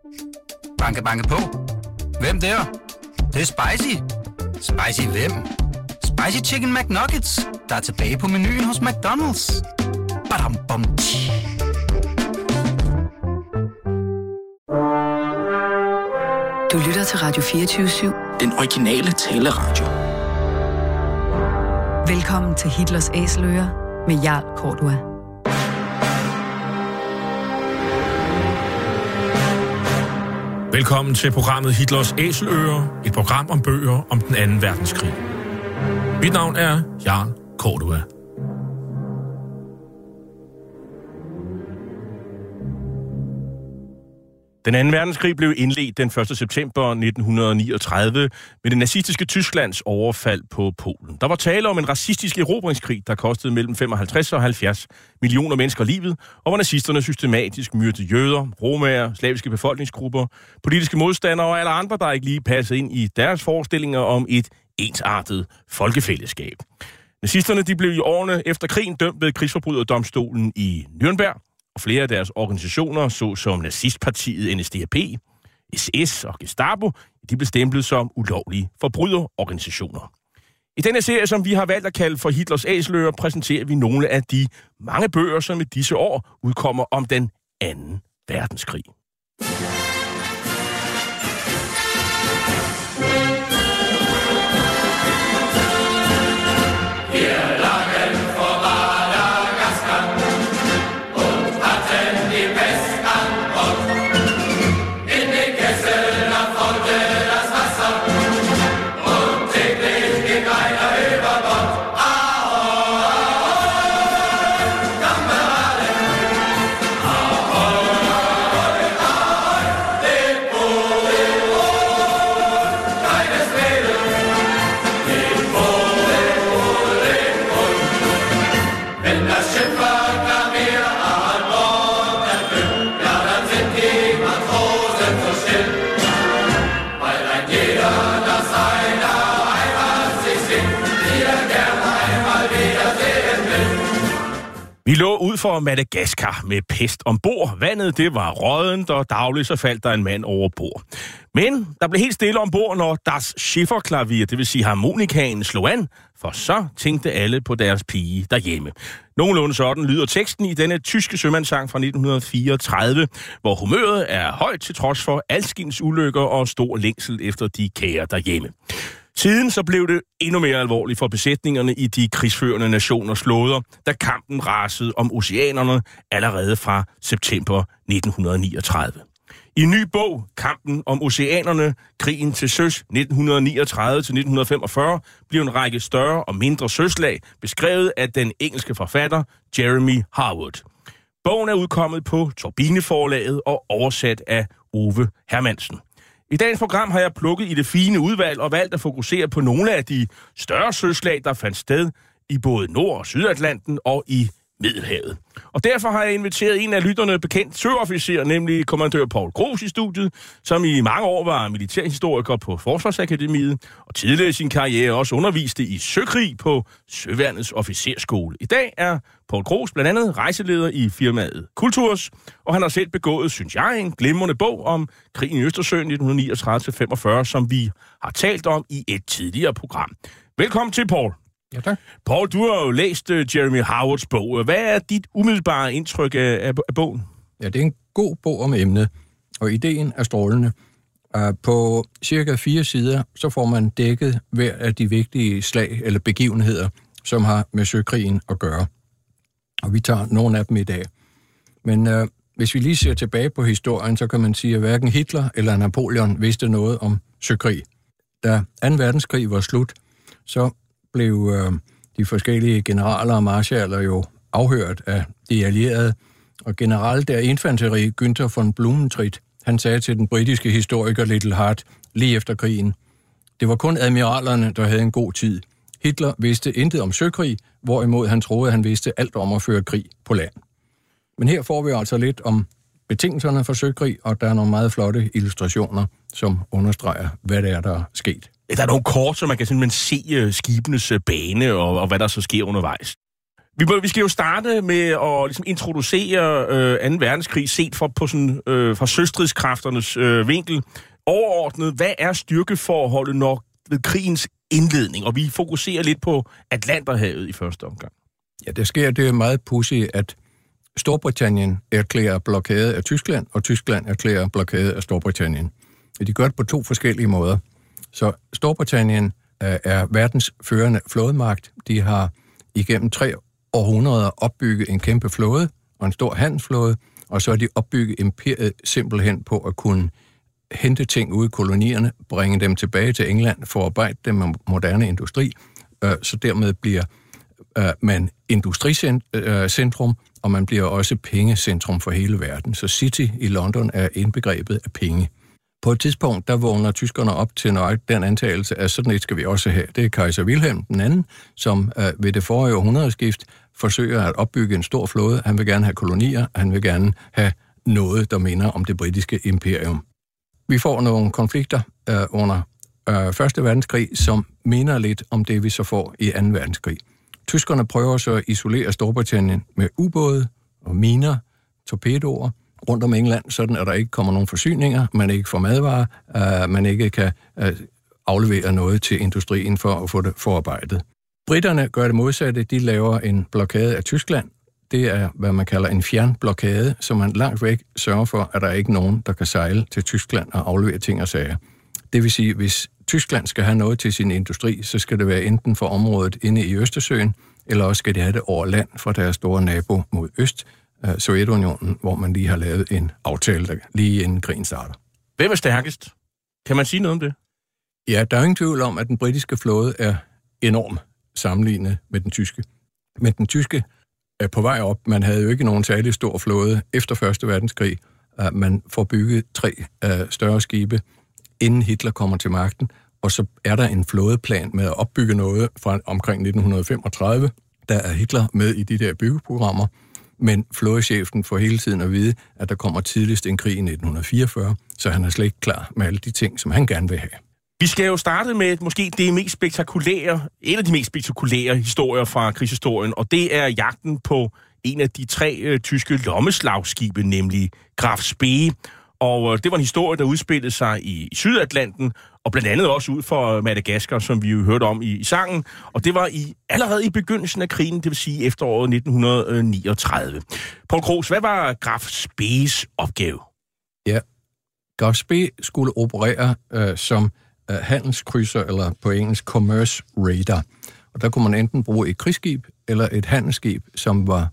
Banke, banke på. Hvem der? Det er spicy. Spicy hvem? Spicy Chicken McNuggets, der er tilbage på menuen hos McDonald's. Badum, bom, tji. Du lytter til Radio 24/7. Den originale taleradio. Velkommen til Hitlers Æseløer med Jarl Cordua. Velkommen til programmet Hitlers Æseløer, et program om bøger om den anden verdenskrig. Mit navn er Jarl Cordua. Den anden verdenskrig blev indledt den 1. september 1939 med det nazistiske Tysklands overfald på Polen. Der var tale om en racistisk erobringskrig, der kostede mellem 55 og 70 millioner mennesker livet, og hvor nazisterne systematisk myrdede jøder, romaer, slaviske befolkningsgrupper, politiske modstandere og alle andre, der ikke lige passede ind i deres forestillinger om et ensartet folkefællesskab. Nazisterne de blev i årene efter krigen dømt ved krigsforbryderdomstolen i Nürnberg, og flere af deres organisationer, såsom nazistpartiet NSDAP, SS og Gestapo, de blev stemplet som ulovlige forbryderorganisationer. I denne serie, som vi har valgt at kalde for Hitlers Æseløer, præsenterer vi nogle af de mange bøger, som i disse år udkommer om den anden verdenskrig. Vi lå ud for Madagaskar med pest ombord. Vandet, det var råddent, og dagligt så faldt der en mand over bord. Men der blev helt stille ombord, når Das Schifferklavier, det vil sige harmonikaen, slog an, for så tænkte alle på deres pige derhjemme. Nogenlunde sådan lyder teksten i denne tyske sømandssang fra 1934, hvor humøret er højt til trods for alskens ulykker og stor længsel efter de kære derhjemme. Siden så blev det endnu mere alvorligt for besætningerne i de krigsførende nationers flåder, da kampen rasede om oceanerne allerede fra september 1939. I en ny bog, Kampen om oceanerne, krigen til søs 1939-1945, blev en række større og mindre søslag beskrevet af den engelske forfatter Jeremy Harwood. Bogen er udkommet på Turbine-forlaget og oversat af Ove Hermansen. I dagens program har jeg plukket i det fine udvalg og valgt at fokusere på nogle af de større søslag, der fandt sted i både Nord- og Sydatlanten og i Middelhavet. Og derfor har jeg inviteret en af lytterne bekendt søofficer, nemlig kommandør Poul Kroos i studiet, som i mange år var militærhistoriker på Forsvarsakademiet, og tidligere i sin karriere også underviste i søkrig på Søværnets Officersskole. I dag er Poul Kroos blandt andet rejseleder i firmaet Kulturs, og han har selv begået, synes jeg, en glimrende bog om krigen i Østersøen 1939-45, som vi har talt om i et tidligere program. Velkommen til, Poul. Ja, tak. Poul, du har jo læst Jeremy Harwoods bog. Hvad er dit umiddelbare indtryk af bogen? Ja, det er en god bog om emnet, og ideen er strålende. På cirka 4 sider, så får man dækket hver af de vigtige slag eller begivenheder, som har med søkrigen at gøre. Og vi tager nogle af dem i dag. Men hvis vi lige ser tilbage på historien, så kan man sige, at hverken Hitler eller Napoleon vidste noget om søkrig. Da 2. verdenskrig var slut, så blev de forskellige generaler og marschaller jo afhørt af de allierede, og general der infanteri Günther von Blumentritt, han sagde til den britiske historiker Little Hart lige efter krigen, det var kun admiralerne, der havde en god tid. Hitler vidste intet om søkrig, hvorimod han troede, at han vidste alt om at føre krig på land. Men her får vi altså lidt om betingelserne for søkrig, og der er nogle meget flotte illustrationer, som understreger, hvad det er, der er sket. Der er nogle kort, så man kan simpelthen se skibenes bane og hvad der så sker undervejs. Vi skal jo starte med at ligesom introducere 2. verdenskrig set fra søstridskræfternes vinkel. Overordnet, hvad er styrkeforholdet når ved krigens indledning? Og vi fokuserer lidt på Atlanterhavet i første omgang. Ja, det er meget pudsigt, at Storbritannien erklærer blokade af Tyskland, og Tyskland erklærer blokade af Storbritannien. De gør det på 2 forskellige måder. Så Storbritannien er verdens førende flådemagt. De har igennem 3 århundreder opbygget en kæmpe flåde og en stor handelsflåde, og så har de opbygget imperiet simpelthen på at kunne hente ting ud i kolonierne, bringe dem tilbage til England, forarbejde dem med moderne industri, så dermed bliver man industricentrum, og man bliver også pengecentrum for hele verden. Så City i London er indbegrebet af penge. På et tidspunkt, der vågner tyskerne op til nøjagtigt den antagelse, at sådan et skal vi også have. Det er kejser Wilhelm II, som ved det forrige århundredeskift forsøger at opbygge en stor flåde. Han vil gerne have kolonier, han vil gerne have noget, der minder om det britiske imperium. Vi får nogle konflikter under 1. verdenskrig, som minder lidt om det, vi så får i 2. verdenskrig. Tyskerne prøver så at isolere Storbritannien med ubåde og miner, torpedoer rundt om England, sådan at der ikke kommer nogen forsyninger, man ikke får madvarer, man ikke kan aflevere noget til industrien for at få det forarbejdet. Briterne gør det modsatte, de laver en blokade af Tyskland. Det er, hvad man kalder en fjernblokade, så man langt væk sørger for, at der ikke er nogen, der kan sejle til Tyskland og aflevere ting og sager. Det vil sige, hvis Tyskland skal have noget til sin industri, så skal det være enten for området inde i Østersøen, eller også skal de have det over land fra deres store nabo mod øst, Sovjetunionen, hvor man lige har lavet en aftale, der lige inden krigen starter. Hvem er stærkest? Kan man sige noget om det? Ja, der er ingen tvivl om, at den britiske flåde er enorm sammenlignet med den tyske. Men den tyske er på vej op. Man havde jo ikke nogen særlig stor flåde efter 1. verdenskrig. Man får bygget 3 større skibe, inden Hitler kommer til magten, og så er der en flådeplan med at opbygge noget fra omkring 1935. Der er Hitler med i de der byggeprogrammer, men flådechefen får hele tiden at vide, at der kommer tidligst en krig i 1944, så han er slet ikke klar med alle de ting, som han gerne vil have. Vi skal jo starte med måske en af de mest spektakulære historier fra krigshistorien, og det er jagten på en af de 3 tyske lommeslagsskibe, nemlig Graf Spee. Og det var en historie, der udspillede sig i Sydatlanten, og blandt andet også ud for Madagaskar, som vi jo hørte om i sangen. Og det var allerede i begyndelsen af krigen, det vil sige efteråret 1939. Poul Krogs, hvad var Graf Spees opgave? Ja, Graf Spee skulle operere som handelskrydser, eller på engelsk commerce raider. Og der kunne man enten bruge et krigsskib eller et handelsskib, som var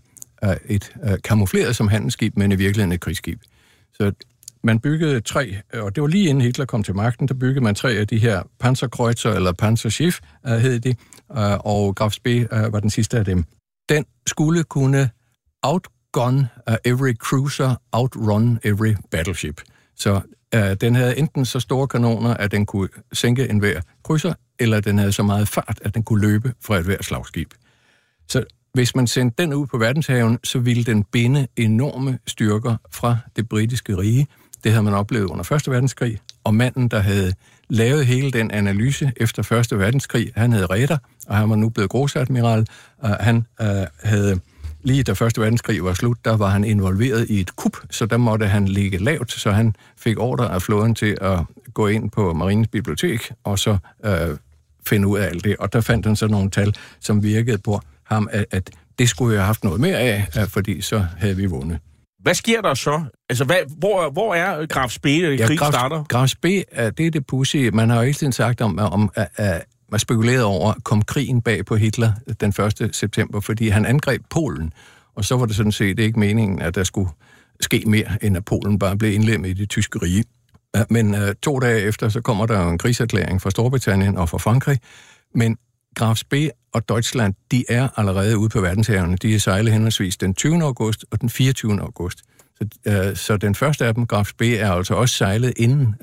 kamufleret som handelsskib, men i virkeligheden et krigsskib. Så man byggede 3, og det var lige inden Hitler kom til magten, der byggede man 3 af de her Panzerkreuzer, eller Panzerschiff, hed de, og Graf Spee var den sidste af dem. Den skulle kunne outgun every cruiser, outrun every battleship. Så den havde enten så store kanoner, at den kunne sænke enhver krydser, eller den havde så meget fart, at den kunne løbe fra et hvert slagskib. Så hvis man sendte den ud på verdenshaven, så ville den binde enorme styrker fra det britiske rige. Det havde man oplevet under 1. verdenskrig, og manden, der havde lavet hele den analyse efter 1. verdenskrig, han hed Raeder, og han var nu blevet grosadmiral. Han havde lige da 1. verdenskrig var slut, der var han involveret i et kup, så der måtte han ligge lavt, så han fik ordre af flåden til at gå ind på Marinens bibliotek, og så finde ud af alt det. Og der fandt han så nogle tal, som virkede på ham, at det skulle jeg have haft noget mere af, fordi så havde vi vundet. Hvad sker der så? Altså, hvor er Graf Spee, krigen starter? Graf Spee, det er det pudsige. Man har jo hele tiden sagt om man spekulerede over, kom krigen bag på Hitler den 1. september, fordi han angreb Polen, og så var det sådan set ikke meningen, at der skulle ske mere, end at Polen bare blev indlemmet i det tyske rige. Men 2 dage efter, så kommer der jo en krigserklæring fra Storbritannien og fra Frankrig, men Graf Spee og Deutschland, de er allerede ude på verdenshavene. De er sejlet henholdsvis den 20. august og den 24. august. Så den første af dem, Graf Spee, er altså også sejlet inden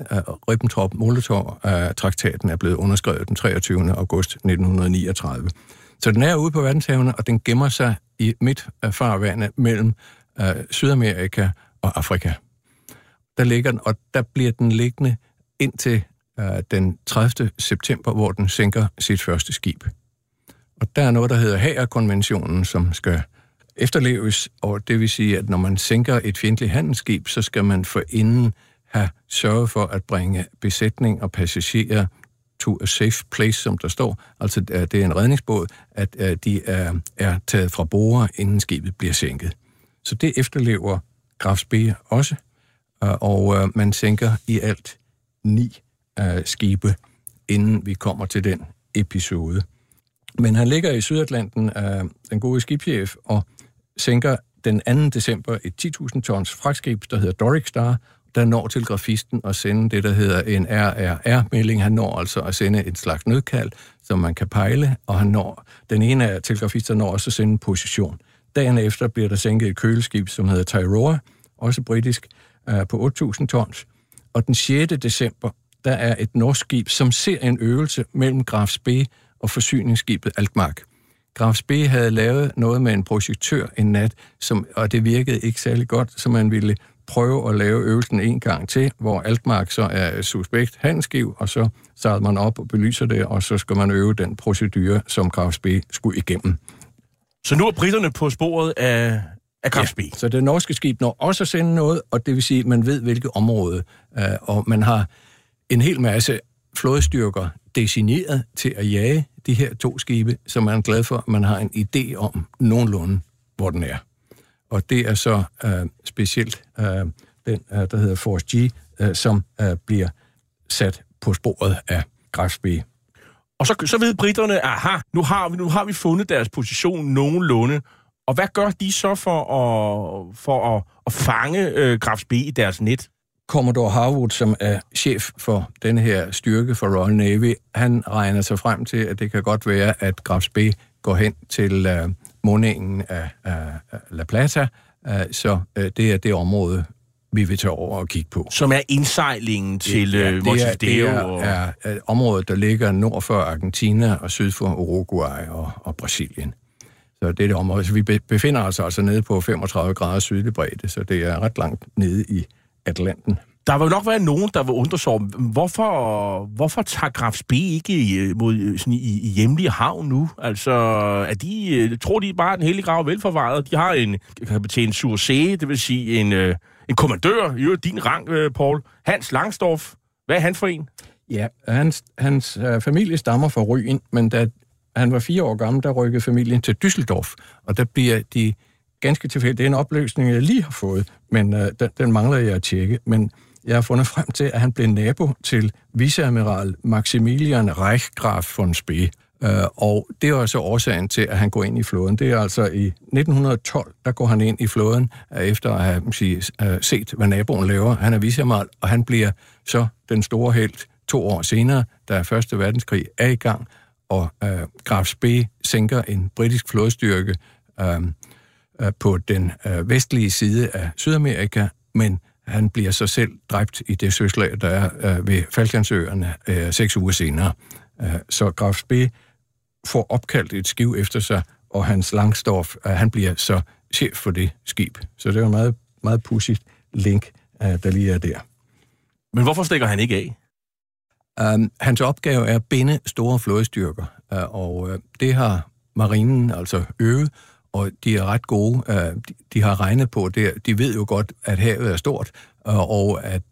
Ribbentrop-Molotov-traktaten er blevet underskrevet den 23. august 1939. Så den er ude på verdenshavene, og den gemmer sig i midtfarvandet mellem Sydamerika og Afrika. Der ligger den, og der bliver den liggende indtil den 30. september, hvor den sænker sit første skib. Og der er noget, der hedder Haager-konventionen, som skal efterleves, og det vil sige, at når man sænker et fjendtligt handelsskib, så skal man forinden have sørget for at bringe besætning og passagerer to a safe place, som der står. Altså, det er en redningsbåd, at de er taget fra borde, inden skibet bliver sænket. Så det efterlever Graf Spee også, og man sænker i alt 9 skibe, inden vi kommer til den episode. Men han ligger i Sydatlanten, den gode skibschef, og sænker den 2. december et 10.000 tons fragtskib, der hedder Doric Star, der når telegrafisten at sende det, der hedder en RRR-melding. Han når altså at sende et slags nødkald, som man kan pejle, og den ene af telegrafisterne når også at sende en position. Dagen efter bliver der sænket et køleskib, som hedder Tyrone, også britisk, på 8.000 tons. Og den 6. december, der er et norsk skib, som ser en øvelse mellem Graf Spee og forsyningsskibet Altmark. Graf Spee havde lavet noget med en projektør en nat, og det virkede ikke særlig godt, så man ville prøve at lave øvelsen en gang til, hvor Altmark så er suspekt handelsskib, og så starter man op og belyser det, og så skal man øve den procedure, som Graf Spee skulle igennem. Så nu er briterne på sporet af Graf Spee? Ja, så det norske skib når også at sende noget, og det vil sige, at man ved, hvilket område, og man har en hel masse flådestyrker designeret til at jage de her 2 skibe, så man er glad for, at man har en idé om nogenlunde, hvor den er. Og det er så specielt den, der hedder Force G, som bliver sat på sporet af Graf Spee. Og så ved briterne, aha, nu har vi fundet deres position nogenlunde. Og hvad gør de så for at fange Graf Spee i deres net? Commodore Harwood, som er chef for denne her styrke for Royal Navy, han regner sig frem til, at det kan godt være, at Graf Spee går hen til mundingen af La Plata, så det er det område, vi vil tage over og kigge på. Som er indsejlingen til Montevideo? Det er området, der ligger nord for Argentina og syd for Uruguay og Brasilien. Så det er det område. Så vi befinder os altså nede på 35 grader sydlig bredde, så det er ret langt nede i Atlanten. Der vil nok være nogen, der vil undre sig om, hvorfor tager Graf Spee ikke mod sådan i hjemlige havn nu? Altså, tror de bare, at den hellige grav er velforvaret? De har en kapitän Sursee, det vil sige en kommandør, i din rang, Paul. Hans Langsdorff. Hvad er han for en? Ja, hans familie stammer fra Rügen, men da han var 4 år gammel, der rykkede familien til Düsseldorf, og der bliver de ganske tilfældigt. Det er en opløsning, jeg lige har fået, men den mangler jeg at tjekke. Men jeg har fundet frem til, at han blev nabo til viceadmiral Maximilian Reichsgraf von Spee. Og det er også årsagen til, at han går ind i flåden. Det er altså i 1912, der går han ind i flåden, efter at have set, hvad naboen laver. Han er viceadmiral, og han bliver så den store helt 2 år senere, da 1. verdenskrig er i gang, og Graf Spee sænker en britisk flådestyrke på den vestlige side af Sydamerika, men han bliver så selv dræbt i det søslag, der er ved Falklandsøerne 6 uger senere. Så Graf Spee får opkaldt et skib efter sig, og Hans Langsdorff, han bliver så chef for det skib. Så det er en meget, meget pudsigt link, der lige er der. Men hvorfor stikker han ikke af? Hans opgave er at binde store flådestyrker, og det har marinen altså øvet, og de er ret gode. De har regnet på det. De ved jo godt, at havet er stort, og at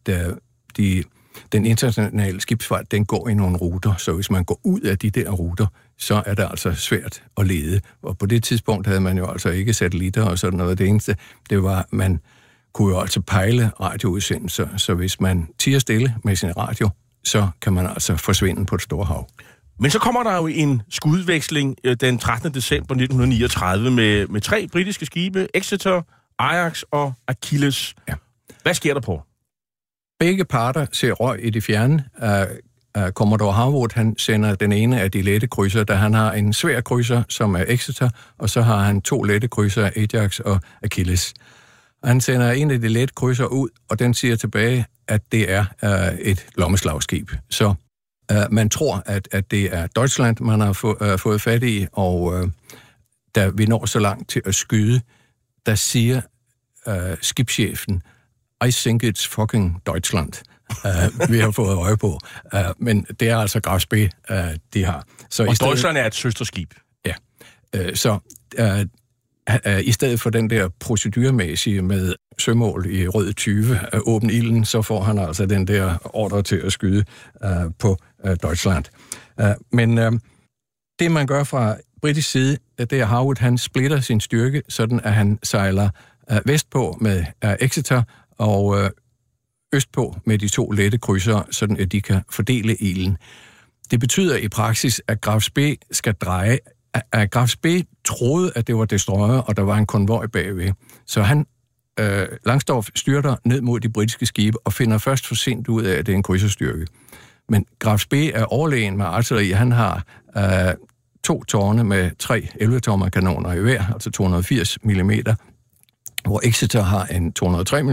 den internationale skibsfart, den går i nogle ruter. Så hvis man går ud af de der ruter, så er det altså svært at lede. Og på det tidspunkt havde man jo altså ikke satellitter og sådan noget. Det eneste, det var, man kunne jo altså pejle radioudsendelser. Så hvis man tier stille med sin radio, så kan man altså forsvinde på et stort hav. Men så kommer der jo en skudveksling den 13. december 1939 med 3 britiske skibe, Exeter, Ajax og Achilles. Ja. Hvad sker der på? Begge parter ser røg i det fjerne. Commodore Harwood, han sender den ene af de lette krydser, da han har en svær krydser, som er Exeter, og så har han 2 lette krydser, Ajax og Achilles. Han sender en af de lette krydser ud, og den siger tilbage, at det er et lommeslagskib. Så man tror, at det er Deutschland, man har fået fat i, og da vi når så langt til at skyde, der siger skibschefen, I think it's fucking Deutschland. Vi har fået øje på. Men det er altså Graf Spee, de har. Så og Deutschland er et søsterskib? Ja. I stedet for den der procedurmæssige med sømål i rød 20 at åbne ilden, så får han altså den der ordre til at skyde på Deutschland. Men det, man gør fra britisk side, det er Harwood, han splitter sin styrke, sådan at han sejler vestpå med Exeter og østpå med de 2 lette krydsere, sådan at de kan fordele ilden. Det betyder i praksis, at Graf Spee skal dreje. At Graf Spee troede, at det var destroyer, og der var en konvoj bagved. Så han, Langsdorff, styrter ned mod de britiske skibe og finder først for sent ud af, at det er en krydserstyrke. Men Graf Spee er overlegen med artilleri. Han har 2 tårne med 3 11-tommer kanoner i hver, altså 280 mm, hvor Exeter har en 203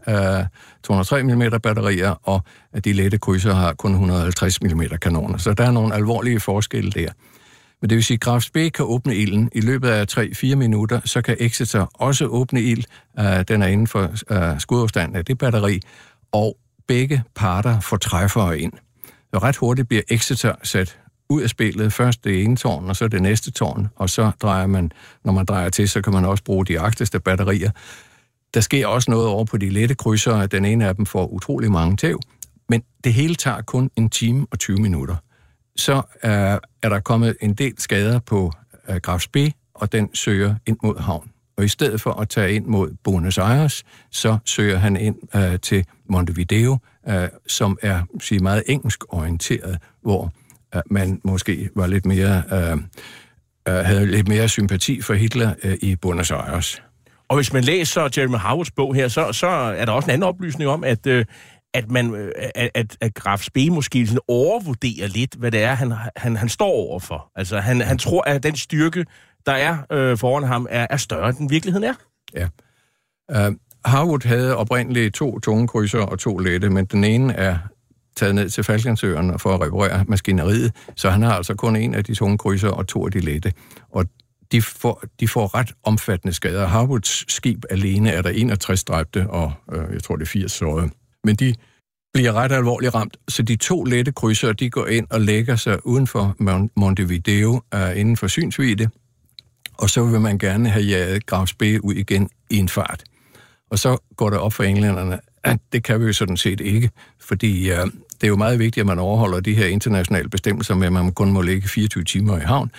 mm batterier, og de lette krydser har kun 150 mm kanoner. Så der er nogle alvorlige forskelle der. Men det vil sige, at Graf Spee kan åbne ilden. I løbet af 3-4 minutter, så kan Exeter også åbne ild. Den er inden for skudafstand af det batteri, og begge parter får træffere ind. Så ret hurtigt bliver Exeter sat ud af spillet. Først det ene tårn, og så det næste tårn, og så drejer man, når man drejer til, så kan man også bruge de agteste batterier. Der sker også noget over på de lette krydsere. Den ene af dem får utrolig mange tæv, men det hele tager kun 1 time og 20 minutter. Så er der kommet en del skader på Graf Spee, og den søger ind mod havn. Og i stedet for at tage ind mod Buenos Aires, så søger han ind til Montevideo, som er meget engelsk orienteret, hvor man måske var lidt mere, havde lidt mere sympati for Hitler i Buenos Aires. Og hvis man læser Jeremy Howards bog her, så er der også en anden oplysning om, at Graf Spee måske sådan overvurderer lidt, hvad det er, han står overfor. Altså, han tror, at den styrke, der er foran ham, er større, end den virkeligheden er. Ja. Harwood havde oprindeligt 2 tunge krydser og 2 lette, men den ene er taget ned til Falklandsøerne for at reparere maskineriet, så han har altså kun 1 af de tunge krydser og 2 af de lette. Og de får ret omfattende skader. Harwoods skib alene er der 61 dræbte, og jeg tror det er 80 sårede. Men de bliver ret alvorligt ramt, så de 2 lette krydsere, de går ind og lægger sig uden for Montevideo, inden for synsvidde, og så vil man gerne have jaget Graf Spee ud igen i en fart. Og så går det op for englænderne, at det kan vi jo sådan set ikke, fordi det er jo meget vigtigt, at man overholder de her internationale bestemmelser med, at man kun må ligge 24 timer i havn,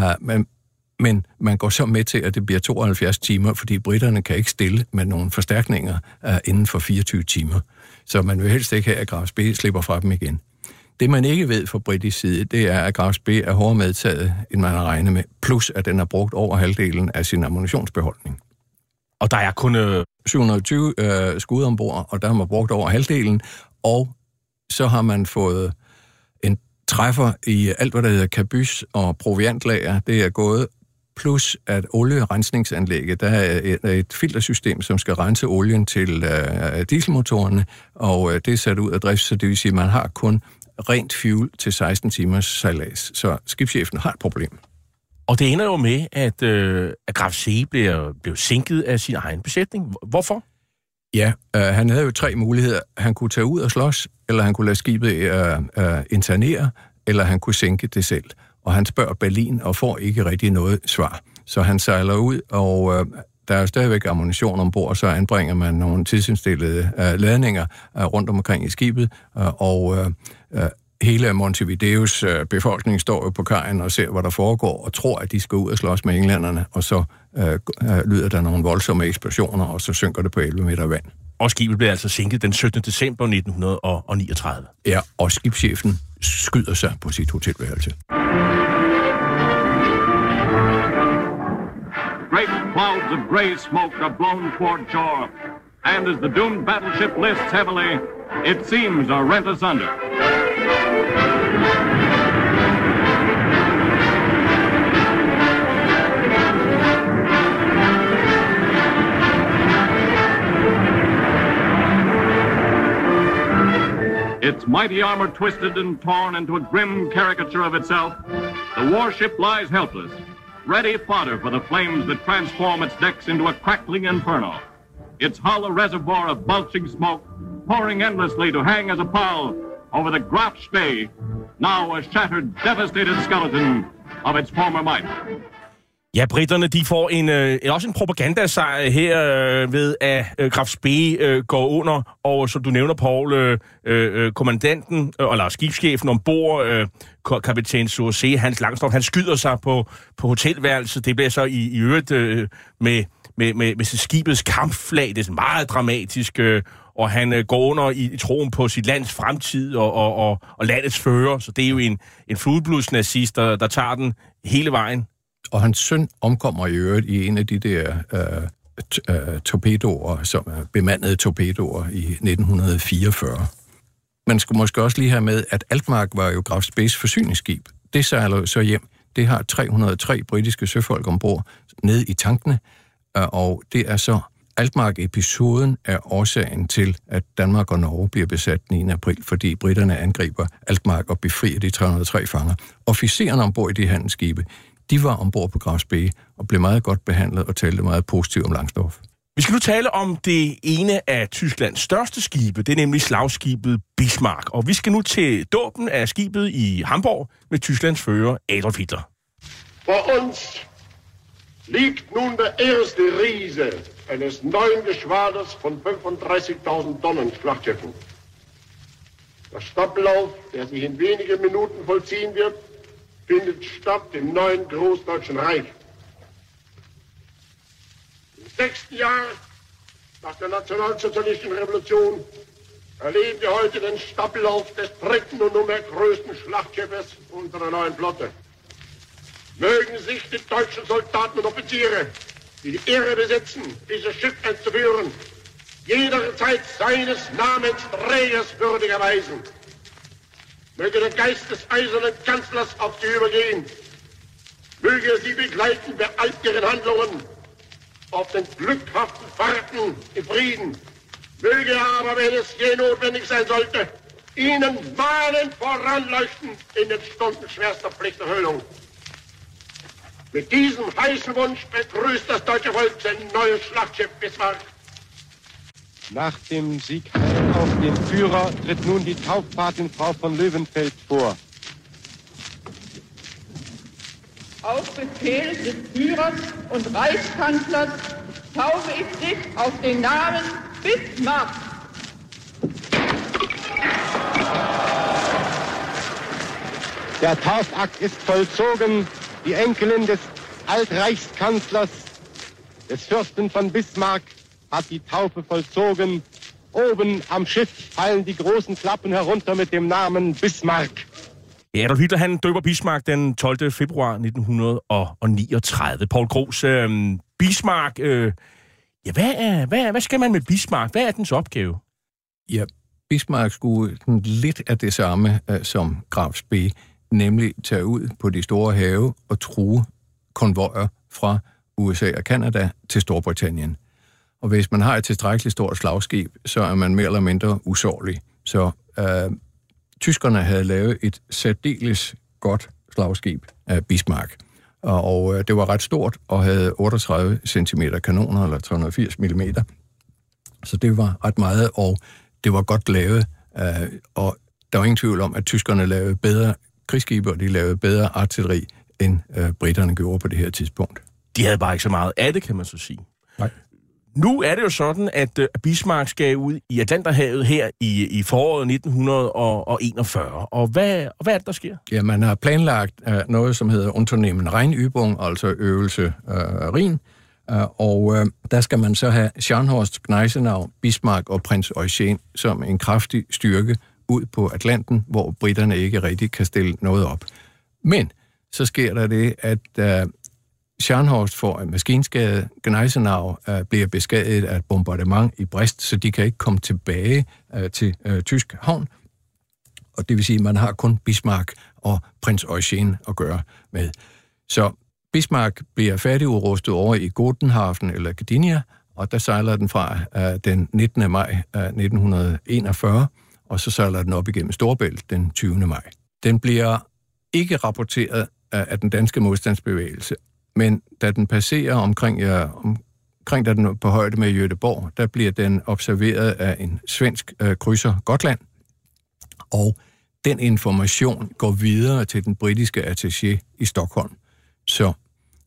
men man går så med til, at det bliver 72 timer, fordi britterne kan ikke stille med nogle forstærkninger inden for 24 timer. Så man vil helst ikke have, at Graf Spee slipper fra dem igen. Det, man ikke ved fra britisk side, det er, at Graf Spee er hårdere medtaget, end man har regnet med, plus at den har brugt over halvdelen af sin ammunitionsbeholdning. Og der er kun 720 skud ombord, og der har man brugt over halvdelen, og så har man fået en træffer i alt, hvad der hedder kabys og proviantlager. Det er gået, plus at olierensningsanlægget, der er et filtersystem, som skal rense olien til dieselmotorerne, og det er sat ud af drift, så det vil sige, at man har kun rent fuel til 16 timers sejlads. Så skibschefen har et problem. Og det ender jo med, at Graf Spee blev sænket af sin egen besætning. Hvorfor? Ja, han havde jo 3 muligheder. Han kunne tage ud og slås, eller han kunne lade skibet internere, eller han kunne sænke det selv. Og han spørger Berlin og får ikke rigtig noget svar. Så han sejler ud, og der er jo stadigvæk ammunition ombord, så anbringer man nogle tidsindstillede ladninger rundt omkring i skibet, og hele Montevideos befolkning står jo på kajen og ser, hvad der foregår, og tror, at de skal ud og slås med englænderne, og så lyder der nogle voldsomme eksplosioner, og så synker det på 11 meter vand. Og skibet blev altså sænket den 17. december 1939. Ja, og skibschefen skyder sig på sit hotelværelse. Great clouds of gray smoke are blown toward shore, and as the doomed battleship lists heavily, its seams are rent asunder. Its mighty armor twisted and torn into a grim caricature of itself, the warship lies helpless, ready fodder for the flames that transform its decks into a crackling inferno. Its hollow reservoir of belching smoke pouring endlessly to hang as a pall over the Graf Spee, now a shattered, devastated skeleton of its former might. Ja, britterne de får også en propagandasejr her ved, at Graf Spee går under, og som du nævner, Paul, kommandanten, eller skibschefen ombord, kaptajn Sursé, Hans Langstorff, han skyder sig på hotelværelset. Det bliver så i øvrigt med skibets kampflag. Det er meget dramatisk, og han går under i troen på sit lands fremtid og landets fører. Så det er jo en fuldblodsnazist, der tager den hele vejen. Og hans søn omkommer i øvrigt i en af de der torpedoer, som er bemandede torpedoer i 1944. Man skulle måske også lige have med, at Altmark var jo Graf Spees forsyningsskib. Det sejler så hjem. Det har 303 britiske søfolk ombord nede i tankene, og det er så Altmark-episoden er årsagen til, at Danmark og Norge bliver besat den 9. april, fordi britterne angriber Altmark og befrier de 303 fanger. Officererne ombord i de handelsskibe, de var ombord på Graf Spee og blev meget godt behandlet og talte meget positivt om Langsdorff. Vi skal nu tale om det ene af Tysklands største skibe, det er nemlig slagskibet Bismarck. Og vi skal nu til dåben af skibet i Hamburg med Tysklands fører Adolf Hitler. For uns liegt nun der erste Riese eines neuen Geschwaders von 35.000 Tonnen Schlachtschiffen. Der Staffellauf, der sich in wenige Minuten vollziehen wird, findet statt im neuen Großdeutschen Reich. Im 6. Jahr nach der nationalsozialistischen Revolution erleben wir heute den Staffellauf des dritten und nunmehr größten Schlachtschiffes unserer neuen Flotte. Mögen sich die deutschen Soldaten und Offiziere, die die Ehre besitzen, dieses Schiff einzuführen, jederzeit seines Namens Trägers würdig erweisen. Möge der Geist des eisernen Kanzlers auf sie übergehen. Möge er sie begleiten bei all ihren Handlungen auf den glückhaften Fahrten im Frieden. Möge er aber, wenn es je notwendig sein sollte, ihnen mahnend voranleuchten in den Stunden schwerster Pflichterfüllung. Mit diesem heißen Wunsch begrüßt das deutsche Volk sein neues Schlachtschiff Bismarck. Nach dem Sieg auf den Führer tritt nun die Taufpatin Frau von Löwenfeld vor. Auf Befehl des Führers und Reichskanzlers taufe ich dich auf den Namen Bismarck. Der Taufakt ist vollzogen. Die Enkelin des Altreichskanzlers, des Fürsten von Bismarck, hat die Taufe vollzogen. Oben am Schiff fallen die großen Klappen herunter mit dem Namen Bismarck. Ja, Adolf Hitler, han døber Bismarck den 12. februar 1939. Paul Gros, Bismarck, hvad skal man med Bismarck? Hvad er dens opgave? Ja, Bismarck skulle lidt af det samme som Graf Spee, nemlig tage ud på de store have og true konvojer fra USA og Canada til Storbritannien. Og hvis man har et tilstrækkeligt stort slagskib, så er man mere eller mindre usårlig. Så tyskerne havde lavet et særdeles godt slagskib af Bismarck. Og det var ret stort og havde 38 cm kanoner, eller 380 mm. Så det var ret meget, og det var godt lavet. Og der var ingen tvivl om, at tyskerne lavede bedre krigsskibe, og de lavede bedre artilleri, end britterne gjorde på det her tidspunkt. De havde bare ikke så meget af det, kan man så sige. Nej. Nu er det jo sådan, at Bismarck skal ud i Atlanterhavet her i foråret 1941. Og hvad er det, der sker? Ja, man har planlagt noget, som hedder Unternehmen Rheinübung, altså øvelse Rhin. Og der skal man så have Scharnhorst, Gneisenau, Bismarck og prins Eugen som en kraftig styrke ud på Atlanten, hvor britterne ikke rigtig kan stille noget op. Men så sker der det, at Scharnhorst får en maskinskade, Gneisenau bliver beskadiget af et bombardement i Brest, så de kan ikke komme tilbage til tysk havn. Og det vil sige, at man har kun Bismarck og prins Eugen at gøre med. Så Bismarck bliver færdigudrustet over i Gotenhafen eller Gdynia, og der sejler den fra den 19. maj 1941, og så sejler den op igennem Storebælt den 20. maj. Den bliver ikke rapporteret af den danske modstandsbevægelse, men da den passerer omkring da den er på højde med Göteborg, der bliver den observeret af en svensk krydser Gotland, og den information går videre til den britiske attaché i Stockholm. Så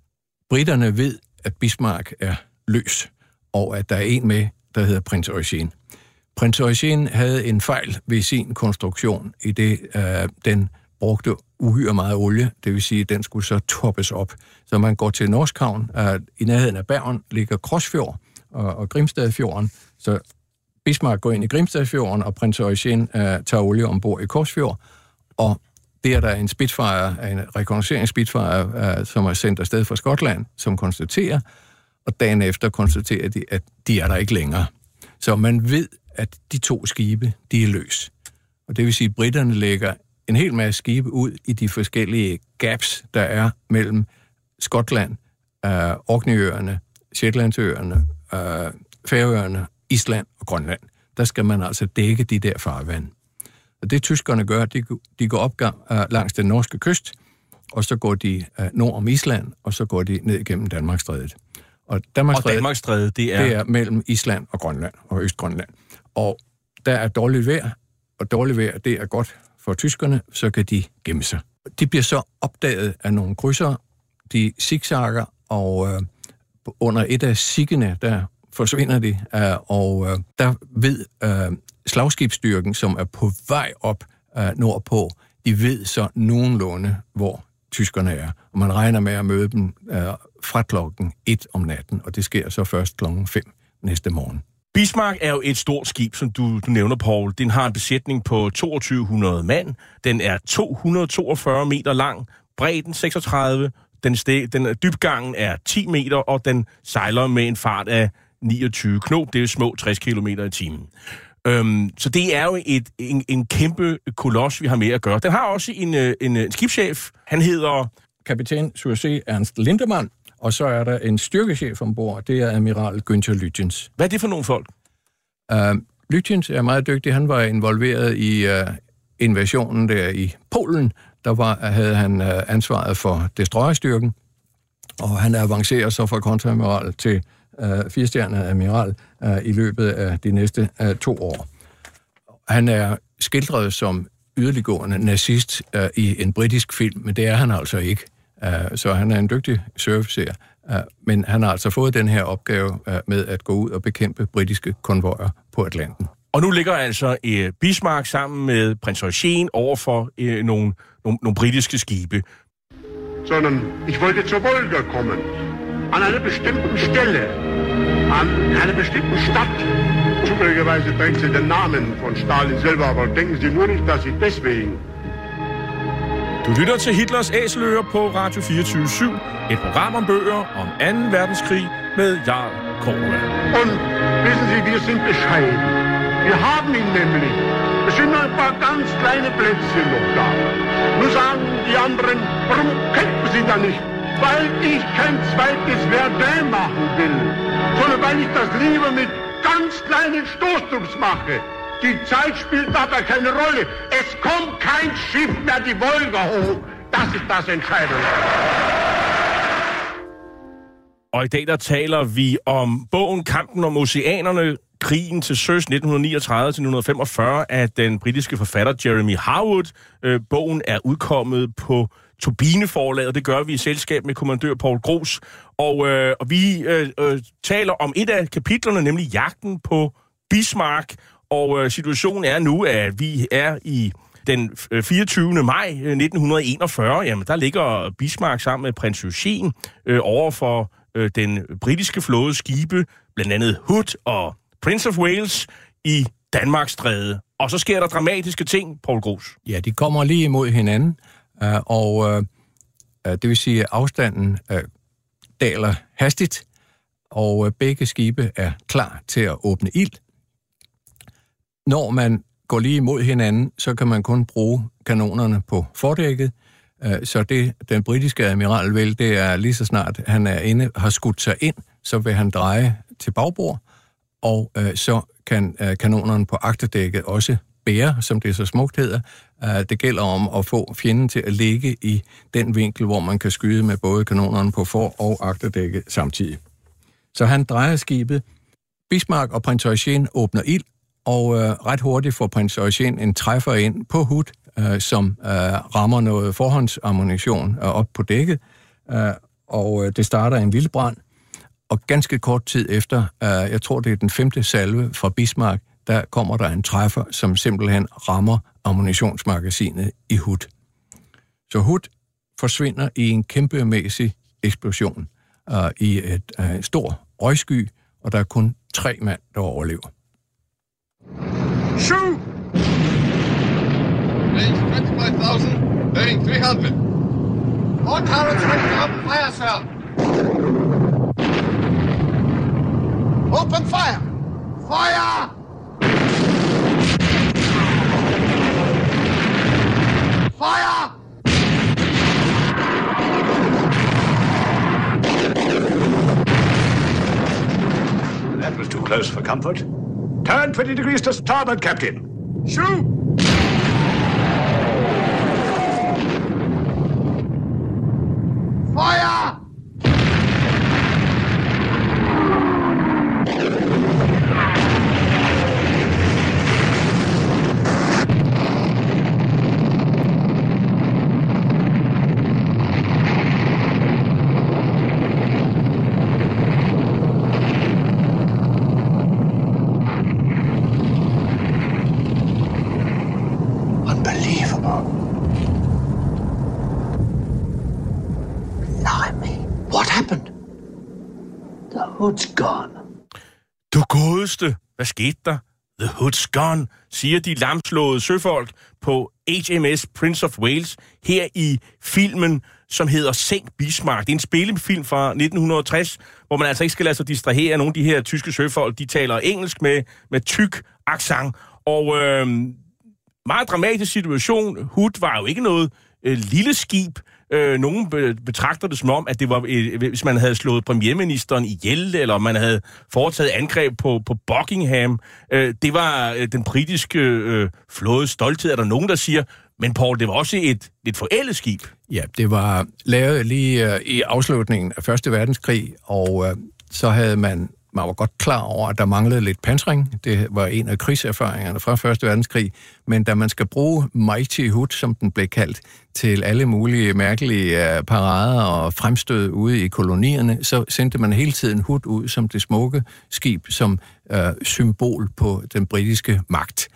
Briterne ved, at Bismarck er løs, og at der er en med, der hedder prins Eugen. Prins Eugen havde en fejl ved sin konstruktion, i det den brugte uhyre meget olie, det vil sige, at den skulle så toppes op. Så man går til Norskhavn, i nærheden af Bergen ligger Krogsfjord og Grimstadfjorden, så Bismarck går ind i Grimstadfjorden, og prins Eugen tager olie ombord i Korsfjord, og det er der en Spitfire, en rekognosceringsspitfire, som er sendt afsted fra Skotland, som konstaterer, og dagen efter konstaterer de, at de er der ikke længere. Så man ved, at de 2 skibe, de er løs. Og det vil sige, at britterne lægger en hel masse skibe ud i de forskellige gaps, der er mellem Skotland, Orkneyøerne, Shetlandsøerne, Færøerne, Island og Grønland. Der skal man altså dække de der farvande. Og det tyskerne gør, de går op langs den norske kyst, og så går de nord om Island, og så går de ned igennem Danmarksstrædet. Og Danmarksstrædet, det er mellem Island og Grønland og Østgrønland. Og der er dårligt vejr, og dårligt vejr, det er godt for tyskerne, så kan de gemme sig. De bliver så opdaget af nogle krydsere, de zigzagger, og under et af siggene, der forsvinder de, og der ved slagskibsstyrken, som er på vej op nordpå, de ved så nogenlunde, hvor tyskerne er. Og man regner med at møde dem fra klokken 1 om natten, og det sker så først klokken 5 næste morgen. Bismarck er jo et stort skib, som du nævner, Paul. Den har en besætning på 2200 mand. Den er 242 meter lang, bredden 36, dybgangen er 10 meter, og den sejler med en fart af 29 knop. Det er små 60 km i timen. Så det er jo en kæmpe koloss, vi har med at gøre. Den har også en skibschef. Han hedder kaptajn Sursee Ernst Lindemann, og så er der en styrkechef ombord. Det er admiral Günther Lütjens. Hvad er det for nogle folk? Lütjens er meget dygtig. Han var involveret i invasionen der i Polen. Havde han ansvaret for destroyerstyrken, og han avancerer så fra kontreadmiral til 4-stjernet admiral i løbet af de næste 2 år. Han er skildret som yderliggående nazist i en britisk film, men det er han altså ikke. Så han er en dygtig surofficer, men han har altså fået den her opgave med at gå ud og bekæmpe britiske konvojer på Atlanten. Og nu ligger altså Bismarck sammen med prins Eugen over for nogle britiske skibe. Sondern ich wollte zur Wolga kommen. An einer bestimmten Stelle, an einer bestimmten Stadt. Zufälligerweise trägt sie den Namen von Stalin selber, aber denken Sie nur nicht, dass ich deswegen... Du lytter til Hitlers Æseløer på Radio 24/7, et program om bøger om 2. verdenskrig med Jarl Cordua. Und wissen Sie, wir sind bescheiden. Wir haben ihn nämlich. Es sind nur ein paar ganz kleine Plätzchen noch da. Nur sagen die anderen, warum kämpfen Sie da nicht? Weil ich kein zweites Verdun machen will, sondern weil ich das lieber mit ganz kleinen Stoßdrucks mache. Die Zeit spielt dabei keine Rolle. Es kommt kein Schiff mehr die Wolga hoch. Das ist das Entscheidende. Og i dag der taler vi om bogen Kampen om Oceanerne, krigen til søs 1939-1945 af den britiske forfatter Jeremy Harwood. Bogen er udkommet på Turbineforlaget, og det gør vi i selskab med kommandør Paul Gros. Og vi taler om et af kapitlerne, nemlig jagten på Bismarck. Og situationen er nu, at vi er i den 24. maj 1941. Jamen, der ligger Bismarck sammen med prins Eugen over for den britiske flådes skibe, blandt andet Hood og Prince of Wales i Danmarksstrædet. Og så sker der dramatiske ting, Paul Gros. Ja, de kommer lige imod hinanden, og det vil sige, at afstanden daler hastigt, og begge skibe er klar til at åbne ild. Når man går lige imod hinanden, så kan man kun bruge kanonerne på fordækket, så det den britiske admiral vil, det er lige så snart han er inde, har skudt sig ind, så vil han dreje til bagbord, og så kan kanonerne på agterdækket også bære, som det så smukt hedder. Det gælder om at få fjenden til at ligge i den vinkel, hvor man kan skyde med både kanonerne på for- og agterdækket samtidig. Så han drejer skibet. Bismarck og prins Eugen åbner ild, og ret hurtigt får prins Eugen en træffer ind på Hood, som rammer noget forhåndsammunition op på dækket. og det starter en vildbrand, og ganske kort tid efter, jeg tror det er den 5. salve fra Bismarck, der kommer der en træffer, som simpelthen rammer ammunitionsmagasinet i Hood. Så Hood forsvinder i en kæmpemæssig eksplosion i et stor røgsky, og der er kun 3 mand, der overlever. Shoot! Range 25,000, bearing 300. 120 up fire, sir. Open fire! Fire! Fire! That was too close for comfort. Turn 20 degrees to starboard, Captain. Shoot! Fire! Hood's gone. Du godeste, hvad skete der? The Hood's gone, siger de lamslåede søfolk på HMS Prince of Wales her i filmen, som hedder Sænk Bismarck. Det er en spillefilm fra 1960, hvor man altså ikke skal lade sig distrahere af nogle af de her tyske søfolk. De taler engelsk med tyk accent. Og meget dramatisk situation. Hood var jo ikke noget lille skib. Nogen betragter det som om, at det var, hvis man havde slået premierministeren ihjel, eller man havde foretaget angreb på Buckingham. Det var den britiske flådes stolthed, er der nogen, der siger. Men Paul, det var også et forældet skib. Ja, det var lavet lige i afslutningen af 1. verdenskrig, og så havde man var godt klar over, at der manglede lidt pansring. Det var en af krigserfaringerne fra 1. verdenskrig. Men da man skal bruge Mighty Hood, som den blev kaldt, til alle mulige mærkelige parader og fremstød ude i kolonierne, så sendte man hele tiden Hood ud som det smukke skib, som symbol på den britiske magt.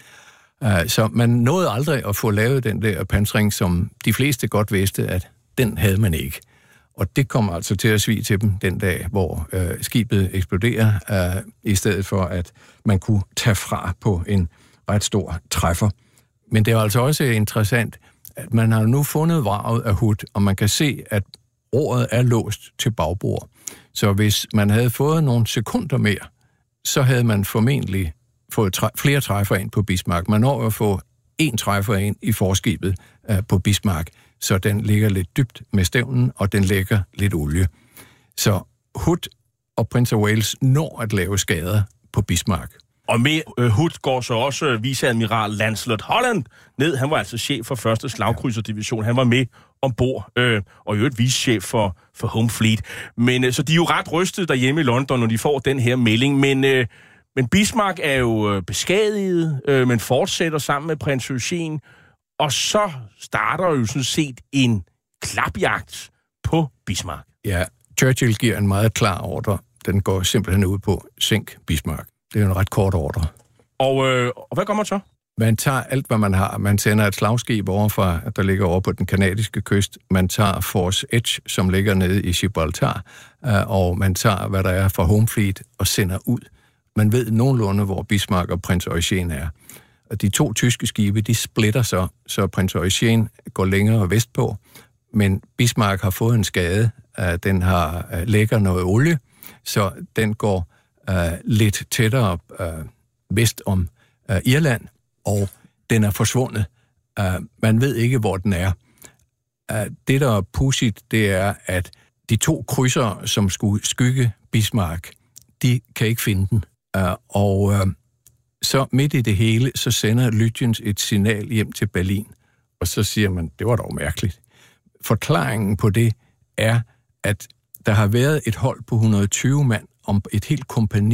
Så man nåede aldrig at få lavet den der pansring, som de fleste godt vidste, at den havde man ikke. Og det kommer altså til at svige til dem den dag, hvor skibet eksploderer, i stedet for at man kunne tage fra på en ret stor træffer. Men det er altså også interessant, at man har nu fundet vraget af Hood, og man kan se, at roret er låst til bagbord. Så hvis man havde fået nogle sekunder mere, så havde man formentlig fået flere træffer ind på Bismarck. Man når at få 1 træffer ind i forskibet på Bismarck, så den ligger lidt dybt med stævnen, og den lægger lidt olie. Så Hood og Prince of Wales når at lave skader på Bismarck. Og med Hood går så også viceadmiral Lancelot Holland ned. Han var altså chef for 1. slagkrydserdivision. Han var med ombord, og i øvrigt vicechef for Home Fleet. Men så de er jo ret rystede derhjemme i London, når de får den her melding. Men Bismarck er jo beskadiget, men fortsætter sammen med prins Eugen. Og så starter jo sådan set en klapjagt på Bismarck. Ja, Churchill giver en meget klar ordre. Den går simpelthen ud på sænk Bismarck. Det er en ret kort ordre. Og hvad gør man så? Man tager alt, hvad man har. Man sender et slagskib overfra, der ligger over på den kanadiske kyst. Man tager Force Edge, som ligger nede i Gibraltar. Og man tager, hvad der er fra Home Fleet, og sender ud. Man ved nogenlunde, hvor Bismarck og prins Eugen er. De 2 tyske skibe, de splitter så prins Eugen går længere vestpå, men Bismarck har fået en skade. Den har lægger noget olie, så den går lidt tættere vest om Irland, og den er forsvundet. Man ved ikke, hvor den er. Det, der er pudsigt, det er, at de 2 krydsere, som skulle skygge Bismarck, de kan ikke finde den. Så midt i det hele, så sender Lütjens et signal hjem til Berlin, og så siger man, det var dog mærkeligt. Forklaringen på det er, at der har været et hold på 120 mand om et helt kompagni,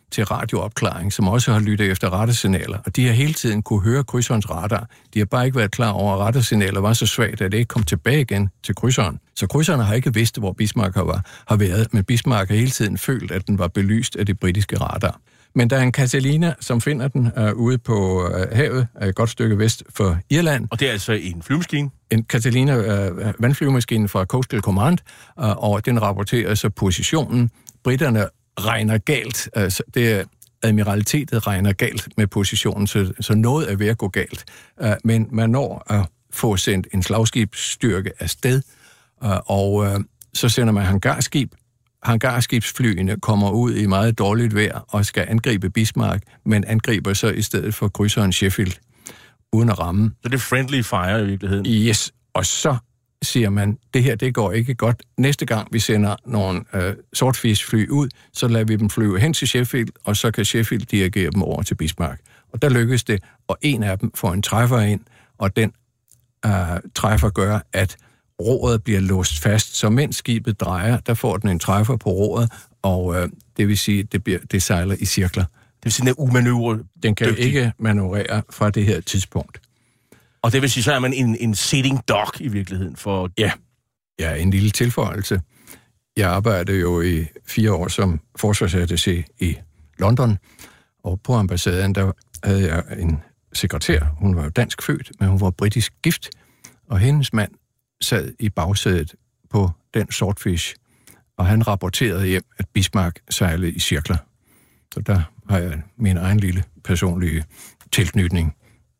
til radioopklaring, som også har lyttet efter radarsignaler, og de har hele tiden kunne høre krydserens radar. De har bare ikke været klar over, at radarsignaler var så svagt, at det ikke kom tilbage igen til krydseren. Så krydserne har ikke vidst, hvor Bismarck har været, men Bismarck har hele tiden følt, at den var belyst af det britiske radar. Men der er en Catalina, som finder den ude på havet, et godt stykke vest for Irland. Og det er altså en flyvemaskine? En Catalina vandflyvemaskine fra Coastal Command, og den rapporterer så positionen. Briterne regner galt, altså det admiralitetet regner galt med positionen, så noget er ved at gå galt. Men man når at få sendt en slagskibsstyrke afsted, og så sender man hangarskib. Hangarskibsflyene kommer ud i meget dårligt vejr og skal angribe Bismarck, men angriber så i stedet for krydseren Sheffield, uden at ramme. Så det er friendly fire i virkeligheden? Yes, og så siger man, det går ikke godt. Næste gang vi sender nogle Swordfish-fly ud, så lader vi dem flyve hen til Sheffield, og så kan Sheffield dirigere dem over til Bismarck. Og der lykkes det, og en af dem får en træffer ind, og den træffer gør, at roret bliver låst fast, så mens skibet drejer, der får den en træffer på roret, og det vil sige, det sejler i cirkler. Det vil sige, den er umanøvredygtig. Den kan ikke manøvrere fra det her tidspunkt. Og det vil sige, så er man en sitting duck i virkeligheden for... Ja, en lille tilføjelse. Jeg arbejdede jo i 4 år som forsvarsattaché i London, og på ambassaden, der havde jeg en sekretær. Hun var jo dansk født, men hun var britisk gift, og hendes mand sad i bagsædet på den Swordfish, og han rapporterede hjem, at Bismarck sejlede i cirkler. Så der har jeg min egen lille personlige tilknytning.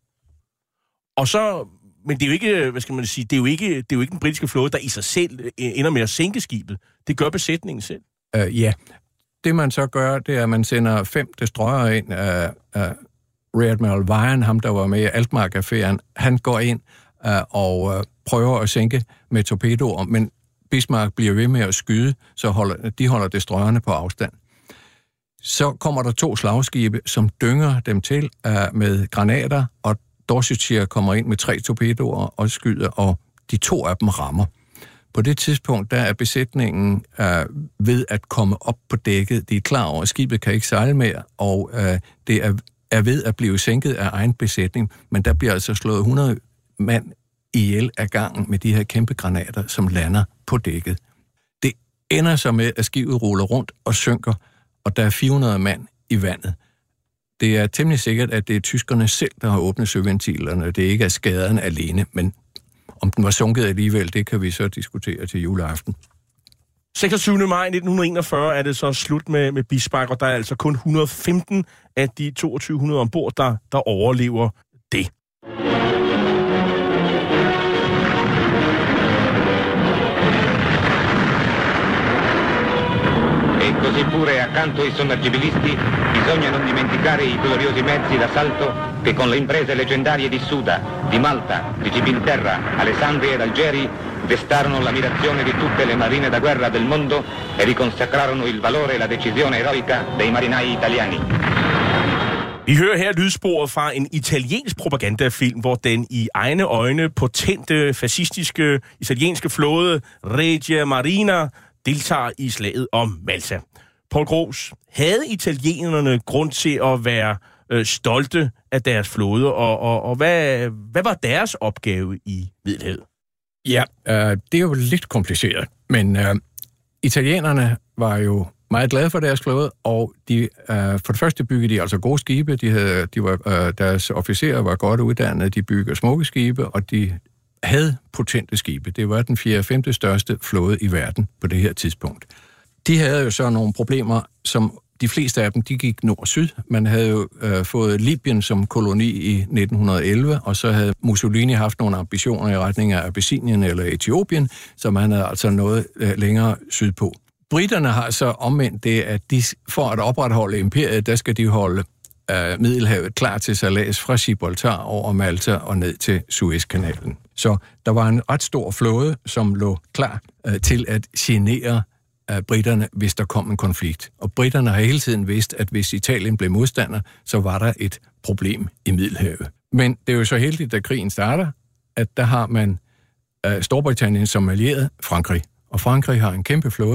Og så, men det er jo ikke, hvad skal man sige, det er jo ikke den britiske flåde, der i sig selv ender med at sænke skibet. Det gør besætningen selv. Ja. Det man så gør, det er, at man sender 5 destroyere ind af Rear Admiral Vian, ham der var med i Altmark-affæren. Han går ind og prøver at sænke med torpedoer, men Bismarck bliver ved med at skyde, så de holder destroyerne på afstand. Så kommer der 2 slagskibe, som dynger dem til med granater, og Dorsetshire kommer ind med 3 torpedoer og skyder, og de 2 af dem rammer. På det tidspunkt, der er besætningen ved at komme op på dækket. De er klar over, at skibet kan ikke sejle mere, og det er ved at blive sænket af egen besætning, men der bliver altså slået 100 mand ihjel af gangen med de her kæmpe granater, som lander på dækket. Det ender så med, at skibet ruller rundt og synker, og der er 400 mand i vandet. Det er temmelig sikkert, at det er tyskerne selv, der har åbnet søventilerne. Det ikke er skaderne alene, men om den var sunket alligevel, det kan vi så diskutere til juleaften. 26. maj 1941 er det så slut med Bismarck, og der er altså kun 115 af de 2200 ombord, der overlever det. Così pure accanto ai sommergibilisti bisogna non dimenticare i gloriosi mezzi d'assalto che con le imprese leggendarie di Suda, di Malta, di Gibilterra, Alessandria ed Algeri destarono l'ammirazione di tutte le marine da guerra del mondo e riconsacrarono il valore e la decisione eroica dei marinai italiani. Vi hører her lydsporet fra en italiensk propagandafilm, hvor den i egne øjne potente, fascistiske italienske flåde Regia Marina deltager i slaget om Malta. Poul Gros, havde italienerne grund til at være stolte af deres flåde, og hvad var deres opgave i Middelhavet? Ja, det er jo lidt kompliceret, men italienerne var jo meget glade for deres flåde, og for det første byggede de altså gode skibe. Deres officerer var godt uddannede, de byggede smukke skibe, og de havde potente skibe. Det var den 4. og 5. største flåde i verden på det her tidspunkt. De havde jo så nogle problemer, som de fleste af dem, de gik nord-syd. Man havde jo fået Libyen som koloni i 1911, og så havde Mussolini haft nogle ambitioner i retning af Abyssinien eller Etiopien, så man havde altså noget længere sydpå. Briterne har så omvendt det, at de for at opretholde imperiet, der skal de holde Middelhavet klar til sejlads fra Gibraltar over Malta og ned til Suezkanalen. Så der var en ret stor flåde, som lå klar til at genere briterne, hvis der kom en konflikt. Og briterne har hele tiden vidst, at hvis Italien blev modstander, så var der et problem i Middelhavet. Men det er jo så heldigt, da krigen starter, at der har man Storbritannien som allieret Frankrig. Og Frankrig har en kæmpe flåde,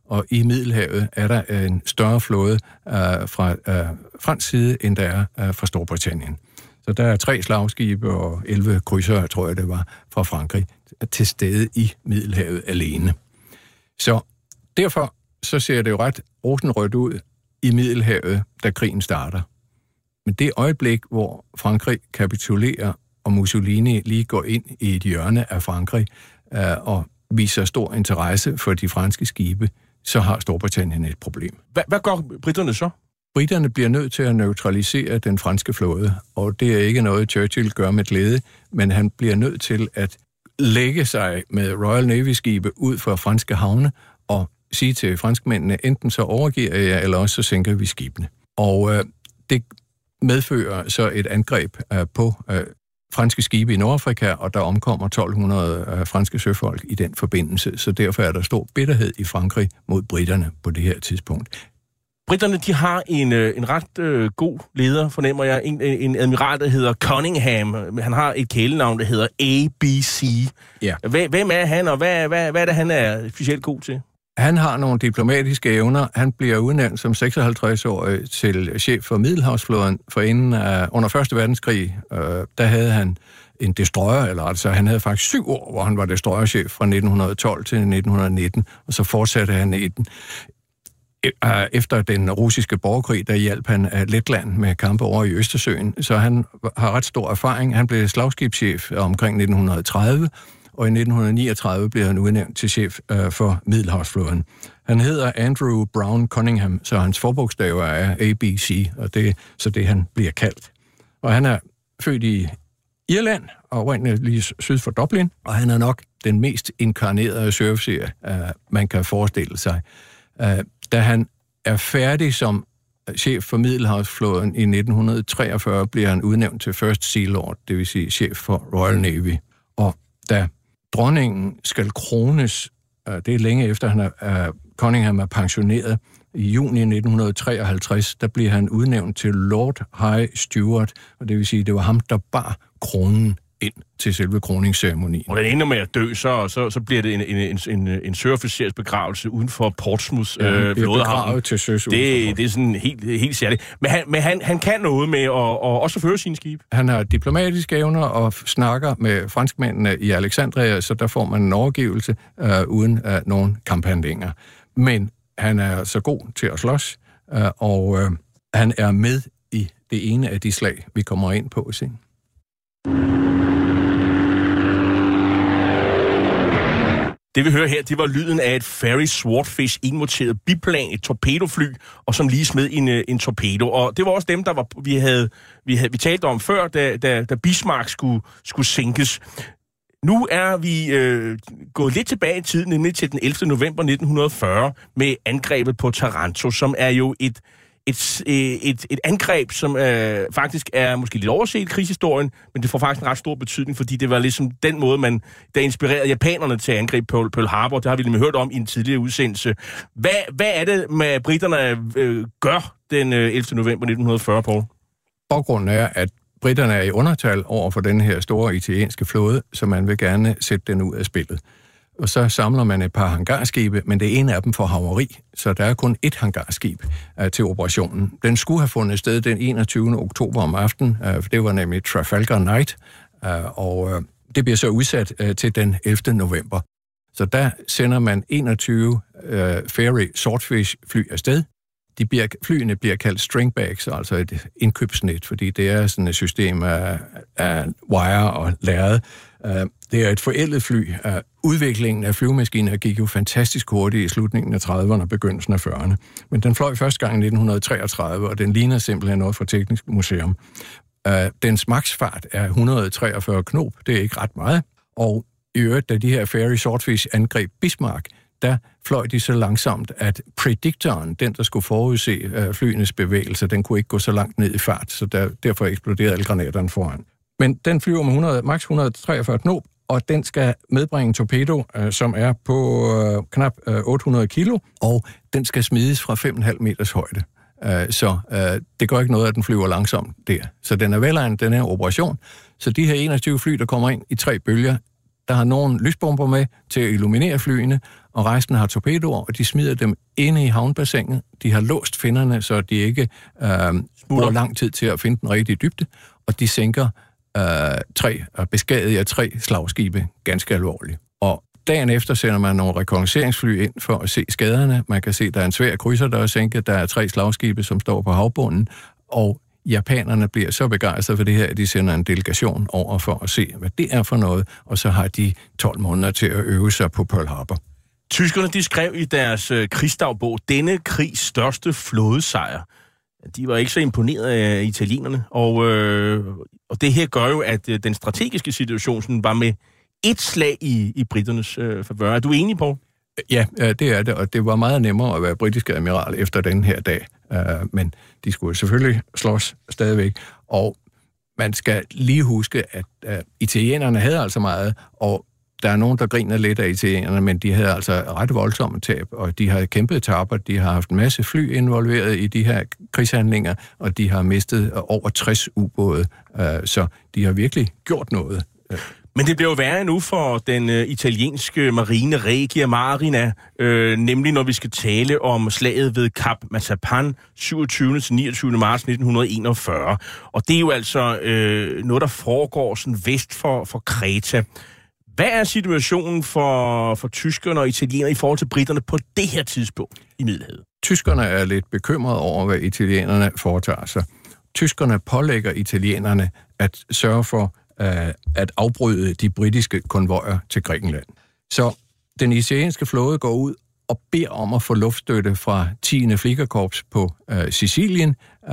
og i Middelhavet er der en større flåde fra fransk side, end der er fra Storbritannien. Så der er 3 slagskibe og 11 krydsere, tror jeg det var, fra Frankrig, til stede i Middelhavet alene. Så derfor så ser det jo ret rosenrødt ud i Middelhavet, da krigen starter. Men det øjeblik, hvor Frankrig kapitulerer, og Mussolini lige går ind i et hjørne af Frankrig og viser stor interesse for de franske skibe, så har Storbritannien et problem. Hvad gør britterne så? Briterne bliver nødt til at neutralisere den franske flåde, og det er ikke noget, Churchill gør med glæde, men han bliver nødt til at lægge sig med Royal Navy-skibe ud fra franske havne og sige til franskmændene, enten så overgiver jeg, eller også så sænker vi skibene. Og det medfører så et angreb på franske skibe i Nordafrika, og der omkommer 1200 franske søfolk i den forbindelse, så derfor er der stor bitterhed i Frankrig mod britterne på det her tidspunkt. Britterne, de har en ret god leder, fornemmer jeg. En admiral, der hedder Cunningham. Han har et kælenavn, der hedder ABC. Ja. Hvem er han, og hvad er det, han er specielt god til? Han har nogle diplomatiske evner. Han bliver udnævnt som 56-årig til chef for Middelhavsflåden, for under 1. verdenskrig, der havde han en destroyer, eller altså han havde faktisk 7 år, hvor han var destroyerchef fra 1912 til 1919, og så fortsatte han i den. Efter den russiske borgerkrig, der hjalp han Letland med kampe over i Østersøen, så han har ret stor erfaring. Han blev slagskibschef omkring 1930, og i 1939 blev han udnævnt til chef for Middelhavsflåden. Han hedder Andrew Brown Cunningham, så hans forbogstaver er ABC, og det er så det, han bliver kaldt. Og han er født i Irland, og rent lige syd for Dublin, og han er nok den mest inkarnerede søofficer, man kan forestille sig. Da han er færdig som chef for Middelhavsflåden i 1943, bliver han udnævnt til First Sea Lord, det vil sige chef for Royal Navy. Og da dronningen skal krones, det er længe efter, Cunningham er pensioneret, i juni 1953, der bliver han udnævnt til Lord High Steward, og det vil sige, det var ham, der bar kronen ind til selve kroningsceremonien. Og den ender med at dø, så bliver det en søofficers begravelse uden for Portsmouth. Begravet til søs. Det er sådan helt særligt. Men han kan noget med at også føre sine skib. Han har diplomatiske evner og snakker med franskmændene i Alexandria, så der får man en overgivelse uden nogen kamphandlinger. Men han er så god til at slås, og han er med i det ene af de slag, vi kommer ind på senere. Det vi hører her, det var lyden af et Fairey Swordfish enmoteret biplan, et torpedofly, og som lige smed en torpedo. Og det var også dem, der vi talte om før, da Bismarck skulle sænkes. Nu er vi gået lidt tilbage i tiden, nemlig til den 11. november 1940, med angrebet på Taranto, som er jo et angreb, som faktisk er måske lidt overset i krigshistorien, men det får faktisk en ret stor betydning, fordi det var ligesom den måde, der inspirerede japanerne til at angribe Pearl Harbor. Det har vi lige hørt om i en tidligere udsendelse. Hvad er det med britterne gør den 11. november 1940, Poul? Baggrunden er, at britterne er i undertal over for den her store italienske flåde, så man vil gerne sætte den ud af spillet. Og så samler man et par hangarskibe, men det ene af dem får havari, så der er kun ét hangarskib til operationen. Den skulle have fundet sted den 21. oktober om aftenen, for det var nemlig Trafalgar Night, og det bliver så udsat til den 11. november. Så der sender man 21 Fairey Swordfish-fly afsted. Flyene bliver kaldt stringbags, altså et indkøbsnet, fordi det er sådan et system af wire og lærred. Det er et forældet fly. Udviklingen af flyvemaskiner gik jo fantastisk hurtigt i slutningen af 30'erne og begyndelsen af 40'erne. Men den fløj første gang i 1933, og den ligner simpelthen noget fra Teknisk Museum. Dens maksfart er 143 knop. Det er ikke ret meget. Og i øvrigt, da de her Fairey Swordfish angreb Bismarck, der fløj de så langsomt, at prediktoren, den der skulle forudse flyenes bevægelser, den kunne ikke gå så langt ned i fart, så derfor eksploderede alle granaterne foran. Men den flyver med maks 143 knop, og den skal medbringe en torpedo, som er på knap 800 kilo, og den skal smides fra 5,5 meters højde. Så det gør ikke noget, at den flyver langsomt der. Så den er velegnet, den her operation. Så de her 21 fly, der kommer ind i 3 bølger, der har nogle lysbomber med til at illuminere flyene, og resten har torpedoer, og de smider dem inde i havnbassinet. De har låst finnerne, så de ikke bruger lang tid til at finde den rigtige dybde, og de sænker beskadiger 3 slagskibe ganske alvorligt. Og dagen efter sender man nogle rekognosceringsfly ind for at se skaderne. Man kan se, at der er en svær krydser, der er sænket. Der er 3 slagskibe, som står på havbunden. Og japanerne bliver så begejstrede for det her, at de sender en delegation over for at se, hvad det er for noget. Og så har de 12 måneder til at øve sig på Pearl Harbor. Tyskerne, de skrev i deres krigsdagbog, denne krigs største flådesejr. De var ikke så imponeret af italienerne. Og det her gør jo, at den strategiske situation var med et slag i britternes favør. Er du enig, Poul? Ja, det er det, og det var meget nemmere at være britisk admiral efter den her dag. Men de skulle selvfølgelig slås stadigvæk. Og man skal lige huske, at italienerne havde altså meget, og der er nogen, der griner lidt af italienerne, men de havde altså ret voldsomme tab, og de har kæmpet taber. De har haft en masse fly involveret i de her krigshandlinger, og de har mistet over 60 ubåde, så de har virkelig gjort noget. Men det bliver jo værre nu for den italienske marine Regia Marina, nemlig når vi skal tale om slaget ved Kap Mazepin 27. til 29. marts 1941. Og det er jo altså noget, der foregår sådan vest for Kreta. Hvad er situationen for tyskerne og italienerne i forhold til britterne på det her tidspunkt i Middelhavet? Tyskerne er lidt bekymrede over, hvad italienerne foretager sig. Tyskerne pålægger italienerne at sørge for at afbryde de britiske konvojer til Grækenland. Så den italienske flåde går ud og beder om at få luftstøtte fra 10. Fliegerkorps på Sicilien,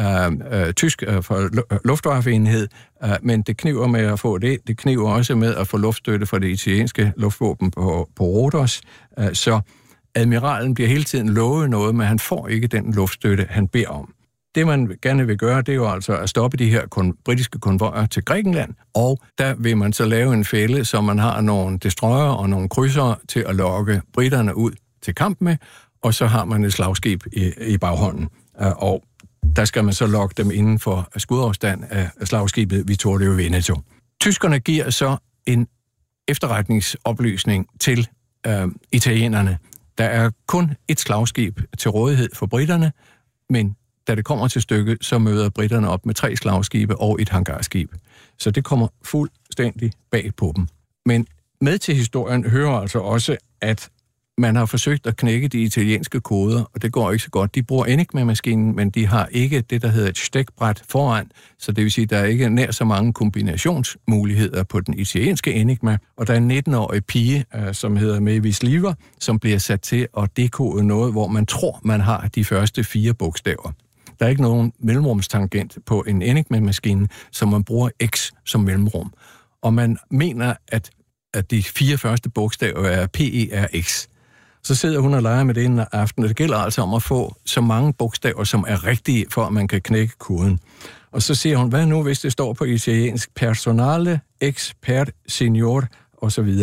tysk luftwaffeenhed, men det kniver med at få det. Det kniver også med at få luftstøtte fra det italienske luftvåben på Rhodos, så admiralen bliver hele tiden lovet noget, men han får ikke den luftstøtte, han beder om. Det, man gerne vil gøre, det er jo altså at stoppe de her britiske konvojer til Grækenland, og der vil man så lave en fælde, så man har nogle destroyere og nogle krydsere til at lokke britterne ud til kamp med, og så har man et slagskib i baghånden, og der skal man så lokke dem inden for skudafstand af slagskibet Vittorio Veneto. Tyskerne giver så en efterretningsoplysning til italienerne. Der er kun et slagskib til rådighed for britterne, men da det kommer til stykket, så møder britterne op med 3 slagskibe og et hangarskib. Så det kommer fuldstændig bag på dem. Men med til historien hører altså også, at man har forsøgt at knække de italienske koder, og det går ikke så godt. De bruger Enigma-maskinen, men de har ikke det, der hedder et stikbræt foran, så det vil sige, at der er ikke nær så mange kombinationsmuligheder på den italienske Enigma, og der er en 19-årig pige, som hedder Mavis Lever, som bliver sat til at dekode noget, hvor man tror, man har de første 4 bogstaver. Der er ikke nogen mellemrumstangent på en Enigma-maskine, så man bruger X som mellemrum. Og man mener, at de 4 første bogstaver er PERX. Så sidder hun og leger med det en aften, og det gælder altså om at få så mange bogstaver, som er rigtige, for at man kan knække koden. Og så siger hun, hvad nu, hvis det står på italiensk personale, expert, senior, osv.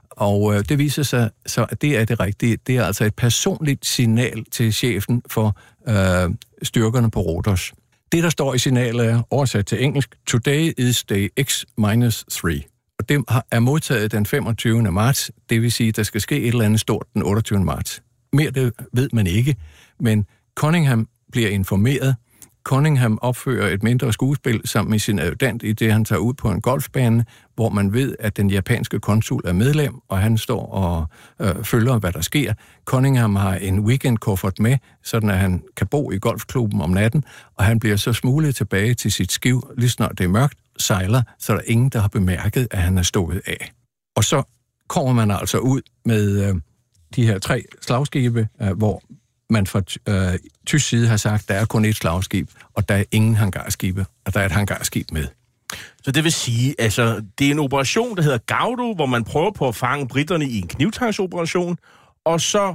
Og det viser sig så, at det er det rigtige. Det er altså et personligt signal til chefen for styrkerne på Rhodos. Det, der står i signalet, er oversat til engelsk, Today is day X-3. Og det er modtaget den 25. marts, det vil sige, at der skal ske et eller andet stort den 28. marts. Mere det ved man ikke, men Cunningham bliver informeret. Cunningham opfører et mindre skuespil sammen med sin adjutant i det, han tager ud på en golfbane, hvor man ved, at den japanske konsul er medlem, og han står og følger, hvad der sker. Cunningham har en weekendkuffert med, sådan at han kan bo i golfklubben om natten, og han bliver så smuglet tilbage til sit skib, lige snart det er mørkt, sejler, så der er ingen, der har bemærket, at han er stået af. Og så kommer man altså ud med de her 3 slagskibe, hvor man fra tysk side har sagt, at der er kun 1 slagskib, og der er ingen hangarskibe, og der er et hangarskib med. Så det vil sige, altså, det er en operation, der hedder Gaudo, hvor man prøver på at fange britterne i en knivtangsoperation, og så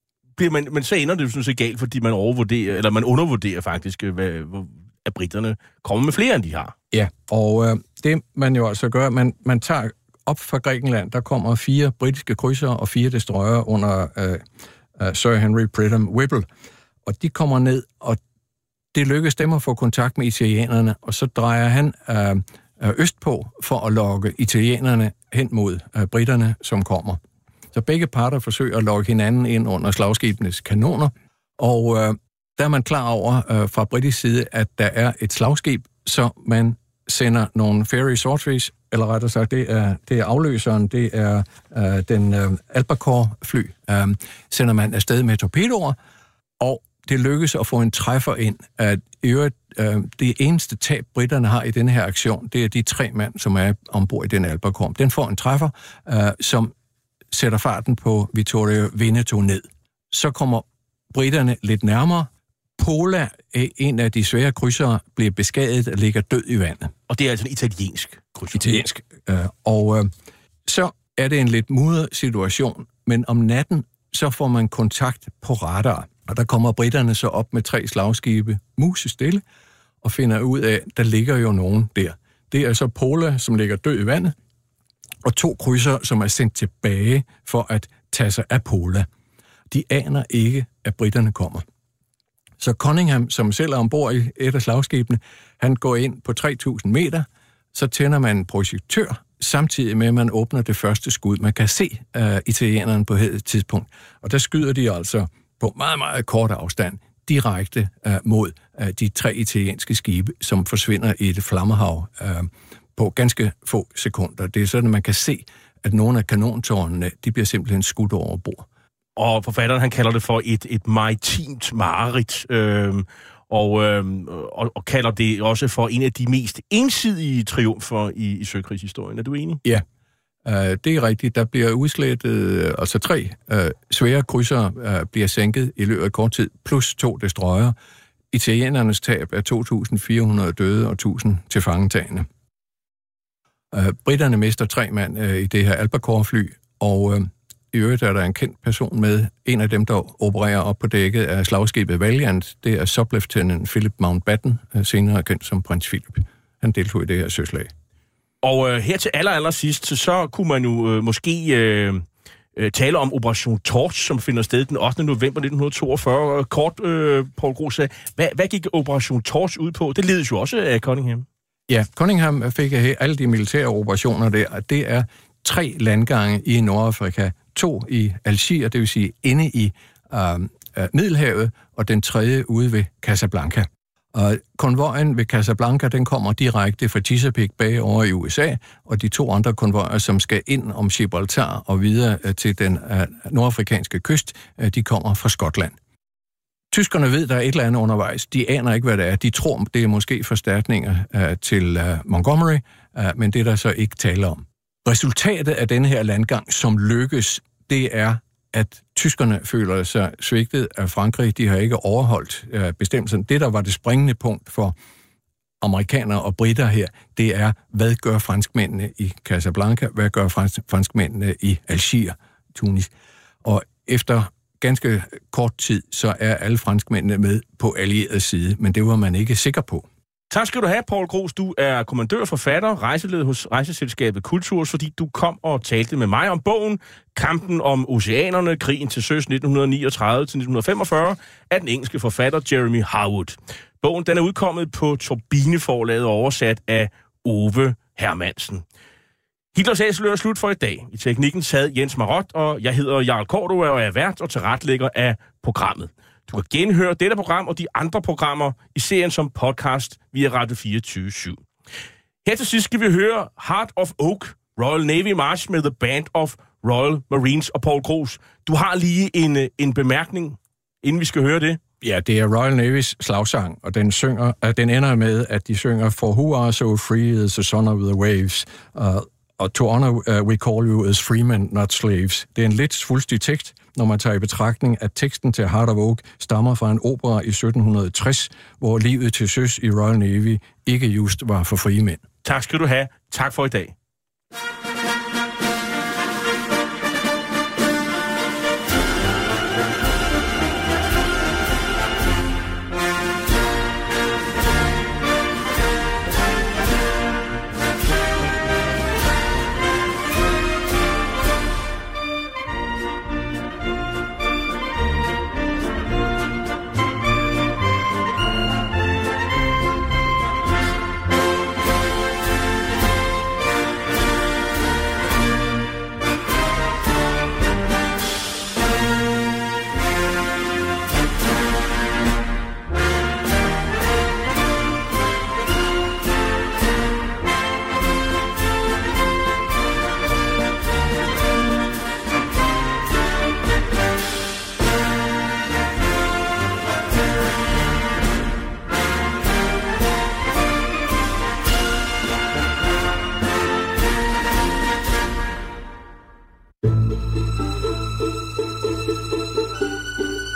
men så ender det jo sådan set galt, fordi man overvurderer, eller man undervurderer faktisk, at britterne kommer med flere, end de har. Ja, og det man jo altså gør, man tager op fra Grækenland, der kommer 4 britiske krydsere og 4 destroyere under Sir Henry Pridham Whipple, og de kommer ned, og det lykkes dem at få kontakt med italienerne, og så drejer han østpå for at lokke italienerne hen mod britterne, som kommer. Så begge parter forsøger at lokke hinanden ind under slagskibenes kanoner, og der er man klar over fra britisk side, at der er et slagskib, så man sender nogle Fairey Swordfish, eller rettere sagt, det er afløseren, det er den Albacore-fly, sender man afsted med torpedoer, og det lykkes at få en træffer ind. Det eneste tab, britterne har i denne her aktion, det er de 3 mand, som er ombord i den Albacore. Den får en træffer, som sætter farten på Vittorio Veneto ned. Så kommer britterne lidt nærmere. Pola, en af de svære krydsere, bliver beskadiget og ligger død i vandet. Og det er altså en italiensk krydser. Italiensk. Så er det en lidt mudret situation, men om natten, så får man kontakt på radar. Og der kommer britterne så op med 3 slagskibe, musestille, og finder ud af, der ligger jo nogen der. Det er så Pola, som ligger død i vandet, og 2 krydser, som er sendt tilbage for at tage sig af Pola. De aner ikke, at britterne kommer. Så Cunningham, som selv er ombord i et af slagskibene, han går ind på 3.000 meter, så tænder man en projektør, samtidig med, at man åbner det første skud. Man kan se italienerne på et tidspunkt, og der skyder de altså på meget, meget kort afstand direkte mod de 3 italienske skibe, som forsvinder i et flammehav på ganske få sekunder. Det er sådan, at man kan se, at nogle af kanontårnene, de bliver simpelthen skudt over bord. Og forfatteren, han kalder det for et maritimt mareridt, og kalder det også for en af de mest ensidige triumfer i søkrigshistorien. Er du enig? Ja, det er rigtigt. Der bliver udslettet, altså 3 svære krydsere bliver sænket i løbet af kort tid, plus 2 destroyer. Italienernes tab er 2.400 døde og 1.000 tilfangetagne. Britterne mister 3 mand i det her Albacore-fly, og i øvrigt er der en kendt person med. En af dem, der opererer op på dækket af slagskibet Valiant, det er sublieutenant Philip Mountbatten, senere kendt som prins Philip. Han deltog i det her søslag. Og her til allersidst, så kunne man jo måske tale om Operation Torch, som finder sted den 8. november 1942. Kort, Poul Gros, hvad gik Operation Torch ud på? Det ledes jo også af Cunningham. Ja, Cunningham fik alle de militære operationer der. Det er 3 landgange i Nordafrika. 2 i Algier, det vil sige inde i Middelhavet, og den 3. ude ved Casablanca. Og konvojen ved Casablanca, den kommer direkte fra Chesapeake Bay over i USA, og de 2 andre konvojer, som skal ind om Gibraltar og videre til den nordafrikanske kyst, de kommer fra Skotland. Tyskerne ved, der er et eller andet undervejs. De aner ikke, hvad det er. De tror, det er måske forstærkninger til Montgomery, men det er der så ikke tale om. Resultatet af denne her landgang, som lykkes, det er, at tyskerne føler sig svigtet af Frankrig. De har ikke overholdt bestemmelsen. Det, der var det springende punkt for amerikanere og britter her, det er, hvad gør franskmændene i Casablanca? Hvad gør franskmændene i Algier, Tunis? Og efter ganske kort tid, så er alle franskmændene med på allieret side, men det var man ikke sikker på. Tak skal du have, Poul Gros. Du er kommandør, forfatter, rejseleder hos rejseselskabet Kulturs, fordi du kom og talte med mig om bogen Kampen om oceanerne, krigen til søs 1939-1945 af den engelske forfatter Jeremy Harwood. Bogen den er udkommet på Turbineforlaget og oversat af Ove Hermansen. Hitlers Æseløer er slut for i dag. I teknikken sad Jens Marot, og jeg hedder Jarl Cordua og er vært og tilrettelægger af programmet. Du kan genhøre dette program og de andre programmer i serien som podcast via Radio 24/7. Her til sidst skal vi høre Heart of Oak, Royal Navy March med The Band of Royal Marines og Poul Gros. Du har lige en bemærkning, inden vi skal høre det. Ja, det er Royal Navys slagsang, og den ender med, at de synger For who are so free as the son of the waves, og to honor we call you as freemen, not slaves. Det er en lidt svulstig tekst, når man tager i betragtning, at teksten til Heart of Oak stammer fra en opera i 1760, hvor livet til søs i Royal Navy ikke just var for frie mænd. Tak skal du have. Tak for i dag.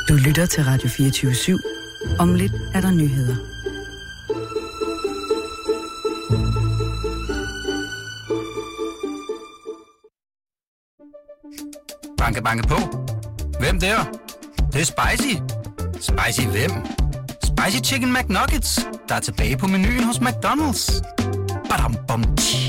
Du lytter til Radio 24/7. Om lidt er der nyheder. Banke, banke på. Hvem der? Det er spicy. Spicy hvem? Spicy Chicken McNuggets, der er tilbage på menuen hos McDonald's. Badum, bom, tji.